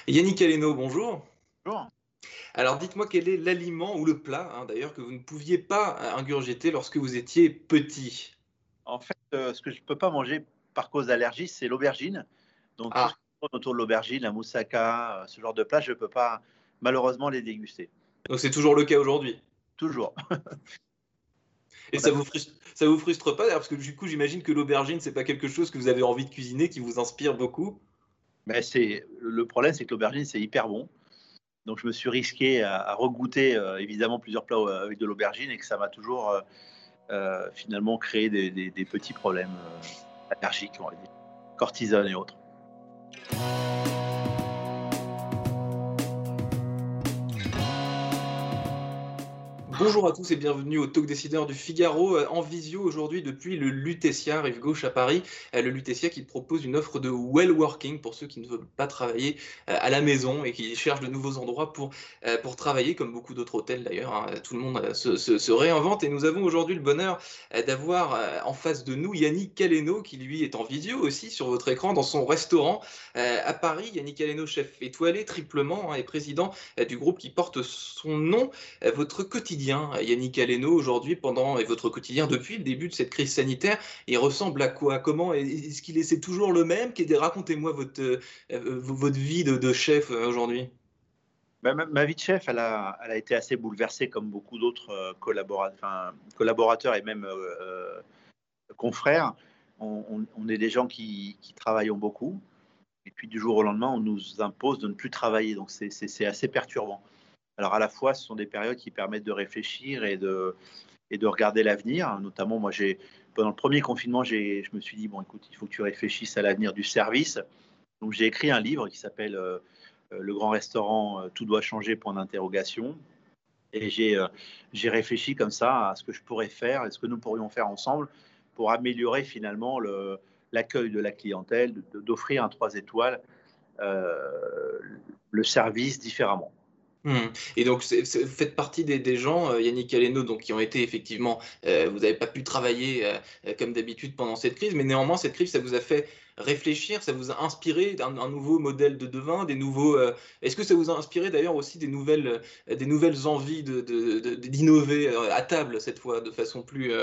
Yannick Aleno, bonjour. Bonjour. Alors dites-moi quel est l'aliment ou le plat, d'ailleurs, que vous ne pouviez pas ingurgiter lorsque vous étiez petit? En fait, ce que je ne peux pas manger par cause d'allergie, c'est l'aubergine. Donc tout Ah, ce qui tourne autour de l'aubergine, la moussaka, ce genre de plat, je ne peux pas malheureusement les déguster. donc c'est toujours le cas aujourd'hui? Toujours. Et On a ça vous frustre pas d'ailleurs? Parce que du coup, j'imagine que l'aubergine, c'est pas quelque chose que vous avez envie de cuisiner, qui vous inspire beaucoup? mais c'est le problème, c'est que l'aubergine, c'est hyper bon. Donc je me suis risqué à regoûter, évidemment plusieurs plats, avec de l'aubergine et que ça m'a toujours, finalement créé des petits problèmes, allergiques, on va dire, cortisone et autres. Bonjour à tous et bienvenue au Talk Décideur du Figaro, en visio aujourd'hui depuis le Lutetia, rive gauche à Paris. Le Lutetia qui propose une offre de well working pour ceux qui ne veulent pas travailler à la maison et qui cherchent de nouveaux endroits pour travailler, comme beaucoup d'autres hôtels d'ailleurs, hein. Tout le monde se réinvente et nous avons aujourd'hui le bonheur d'avoir en face de nous Yannick Caleno qui lui est en visio aussi sur votre écran dans son restaurant à Paris. Yannick Caleno, chef étoilé triplement, hein, et président du groupe qui porte son nom. Votre quotidien, Yannick Aleno, aujourd'hui, pendant et votre quotidien depuis le début de cette crise sanitaire, il ressemble à quoi? Comment est-ce qu'il est c'est toujours le même? Racontez-moi votre vie de chef aujourd'hui. Bah, ma vie de chef, elle a été assez bouleversée comme beaucoup d'autres, collaborateurs et même, confrères. On est des gens qui travaillons beaucoup et puis du jour au lendemain, on nous impose de ne plus travailler, donc c'est assez perturbant. Alors à la fois, ce sont des périodes qui permettent de réfléchir et de regarder l'avenir. Notamment, moi, pendant le premier confinement, je me suis dit: «Bon, écoute, il faut que tu réfléchisses à l'avenir du service». Donc j'ai écrit un livre qui s'appelle, «Le grand restaurant, tout doit changer, point d'interrogation». Et j'ai réfléchi comme ça à ce que je pourrais faire et ce que nous pourrions faire ensemble pour améliorer finalement l'accueil de la clientèle, d'offrir un 3 étoiles, euh, le service différemment. Mmh. Et donc vous faites partie des gens, Yannick Aleno, donc qui ont été effectivement, vous n'avez pas pu travailler, comme d'habitude pendant cette crise, mais néanmoins cette crise, ça vous a fait réfléchir, ça vous a inspiré un nouveau modèle de vin, est-ce que ça vous a inspiré d'ailleurs aussi des nouvelles envies d'innover, à table cette fois, de façon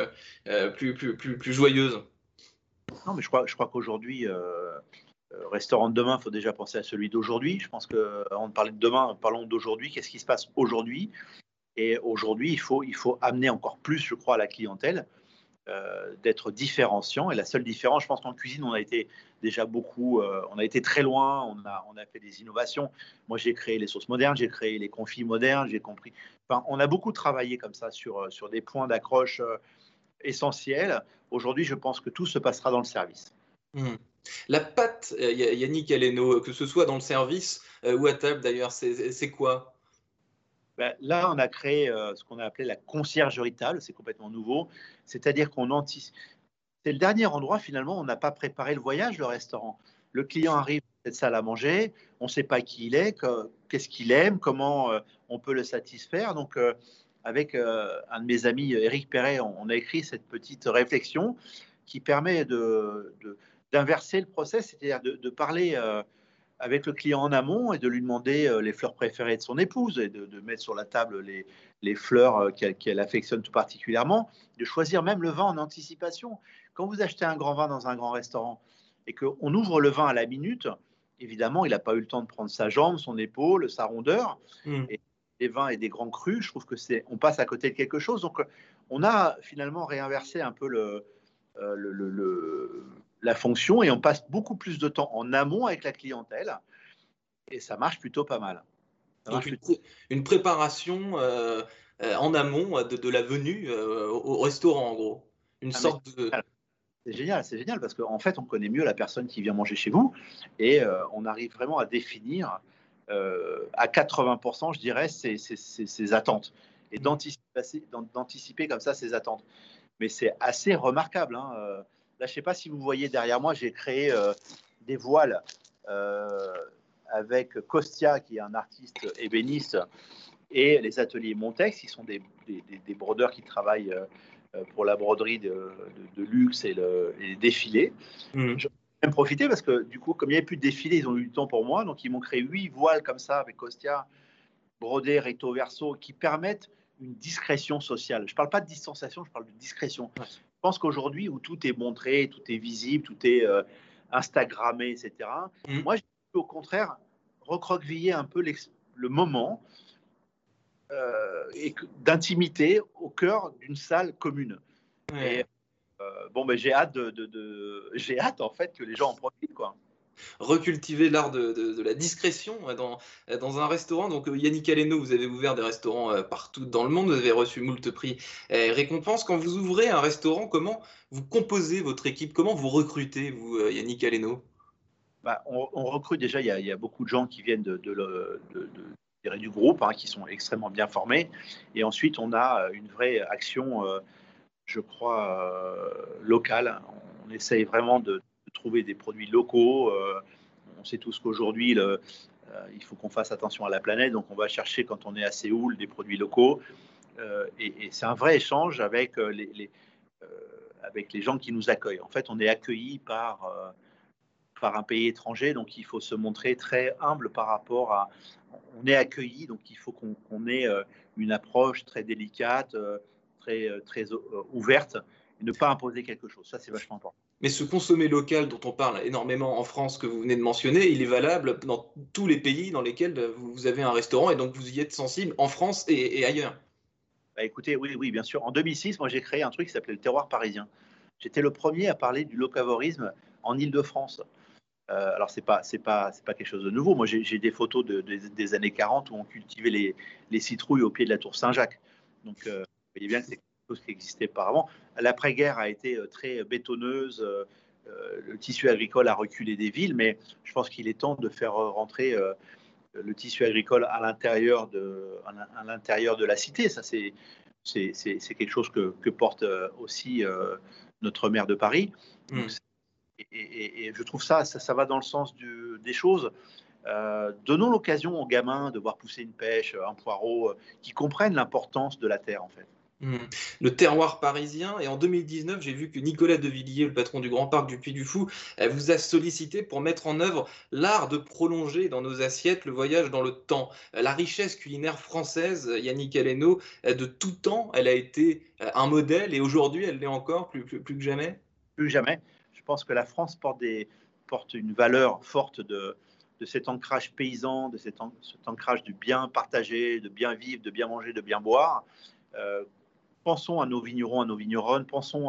plus joyeuse? Non, mais je crois qu'aujourd'hui, restaurant de demain, il faut déjà penser à celui d'aujourd'hui. Je pense qu'avant de parler de demain, parlons d'aujourd'hui. Qu'est-ce qui se passe aujourd'hui? Et aujourd'hui, il faut amener encore plus, je crois, à la clientèle, d'être différenciant. Et la seule différence, je pense qu'en cuisine, on a été déjà beaucoup, on a été très loin, on a fait des innovations. Moi, j'ai créé les sauces modernes, j'ai créé les confits modernes, j'ai compris. Enfin, on a beaucoup travaillé comme ça sur des points d'accroche essentiels. Aujourd'hui, je pense que tout se passera dans le service. Mmh. La pâte, Yannick Aleno, que ce soit dans le service, ou à table d'ailleurs, c'est quoi? Ben, là, on a créé ce qu'on a appelé la conciergerie table, c'est complètement nouveau. C'est-à-dire qu'on anticipe. C'est le dernier endroit, finalement, on n'a pas préparé le voyage, le restaurant. Le client arrive dans cette salle à manger, on ne sait pas qui il est, qu'est-ce qu'il aime, comment on peut le satisfaire. Donc, avec un de mes amis, Éric Perret, on a écrit cette petite réflexion qui permet d'inverser le process, c'est-à-dire de parler avec le client en amont et de lui demander les fleurs préférées de son épouse et de mettre sur la table les fleurs qu'elle affectionne tout particulièrement, de choisir même le vin en anticipation. Quand vous achetez un grand vin dans un grand restaurant et qu'on ouvre le vin à la minute, évidemment, il n'a pas eu le temps de prendre sa jambe, son épaule, sa rondeur. Mmh. Et des vins et des grands crus, je trouve que on passe à côté de quelque chose. Donc, on a finalement réinversé un peu la fonction et on passe beaucoup plus de temps en amont avec la clientèle et ça marche plutôt pas mal. Ça Donc marche plutôt. une préparation, en amont, de la venue, au restaurant, en gros. Une Ah, mais sorte de c'est génial parce qu'en fait, on connaît mieux la personne qui vient manger chez vous et on arrive vraiment à définir à 80%, je dirais, ses attentes et mmh. d'anticiper comme ça ses attentes. Mais c'est assez remarquable, hein. Là, je ne sais pas si vous voyez derrière moi, j'ai créé des voiles euh, avec Costia, qui est un artiste ébéniste, et les ateliers Montex, qui sont des brodeurs qui travaillent pour la broderie de luxe et les défilés. Mmh. Je même profité parce que du coup, comme il n'y avait plus de défilé, ils ont eu du temps pour moi. Donc, ils m'ont créé 8 voiles comme ça avec Costia, brodés, recto verso, qui permettent une discrétion sociale. Je ne parle pas de distanciation, je parle de discrétion. Ouais. Je pense qu'aujourd'hui, où tout est montré, tout est visible, tout est Instagrammé, etc., moi, j'ai au contraire recroqueviller un peu le moment d'intimité au cœur d'une salle commune. Ouais. Et bon, ben, j'ai hâte, j'ai hâte en fait que les gens en profitent, quoi. Recultiver l'art de la discrétion dans un restaurant. Donc, Yannick Aleno, vous avez ouvert des restaurants partout dans le monde, vous avez reçu moult prix et récompenses. Quand vous ouvrez un restaurant, comment vous composez votre équipe? Comment vous recrutez, vous, Yannick Aleno? Bah, on recrute déjà, il y a beaucoup de gens qui viennent je dirais, du groupe, hein, qui sont extrêmement bien formés. Et ensuite, on a une vraie action, je crois, locale. On essaye vraiment de trouver des produits locaux. On sait tous qu'aujourd'hui, il faut qu'on fasse attention à la planète. Donc, on va chercher, quand on est à Séoul, des produits locaux. Et c'est un vrai échange euh, avec les gens qui nous accueillent. En fait, on est accueillis par un pays étranger, donc il faut se montrer très humble par rapport à. On est accueilli, donc il faut qu'on ait une approche très délicate, très ouverte, et ne pas imposer quelque chose. Ça, c'est vachement important. Mais ce consommer local dont on parle énormément en France, que vous venez de mentionner, il est valable dans tous les pays dans lesquels vous avez un restaurant et donc vous y êtes sensible en France et ailleurs. Bah, écoutez, oui, oui, bien sûr. En 2006, moi, j'ai créé un truc qui s'appelait le terroir parisien. J'étais le premier à parler du locavorisme en Île-de-France. Alors, c'est pas quelque chose de nouveau. Moi, j'ai des photos des années 40 où on cultivait les citrouilles au pied de la tour Saint-Jacques. Donc, vous voyez bien que c'est quelque chose qui existait auparavant. L'après-guerre a été très bétonneuse. Le tissu agricole a reculé des villes, mais je pense qu'il est temps de faire rentrer le tissu agricole à l'intérieur de la cité. Ça, c'est quelque chose que porte aussi notre maire de Paris. Donc, et je trouve ça va dans le sens des choses. Donnons l'occasion aux gamins de voir pousser une pêche, un poireau, qui comprennent l'importance de la terre, en fait. Mmh. Le terroir parisien. Et en 2019, j'ai vu que Nicolas Devilliers, le patron du Grand Parc du Puy du Fou, vous a sollicité pour mettre en œuvre l'art de prolonger dans nos assiettes le voyage dans le temps. La richesse culinaire française, Yannick Aleno, de tout temps, elle a été un modèle et aujourd'hui, elle l'est encore plus que jamais. Plus jamais. Je pense que la France porte une valeur forte de cet ancrage paysan, cet ancrage du bien partagé, de bien vivre, de bien manger, de bien boire. Euh, Pensons à nos vignerons, à nos vigneronnes, pensons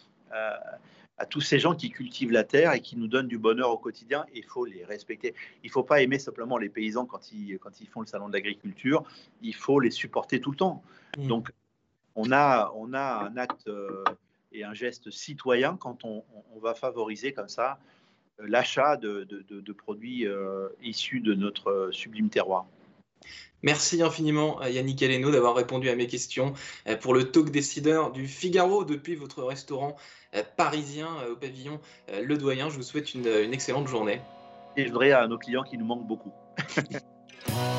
à tous ces gens qui cultivent la terre et qui nous donnent du bonheur au quotidien. Il faut les respecter. Il ne faut pas aimer simplement les paysans quand ils font le salon de l'agriculture. Il faut les supporter tout le temps. Mmh. Donc, on a un acte et un geste citoyen quand on va favoriser comme ça l'achat de produits issus de notre sublime terroir. Merci infiniment à Yannick Aleno d'avoir répondu à mes questions pour le talk décideur du Figaro depuis votre restaurant parisien au pavillon Le Doyen. Je vous souhaite une excellente journée. Et je voudrais à nos clients qui nous manquent beaucoup.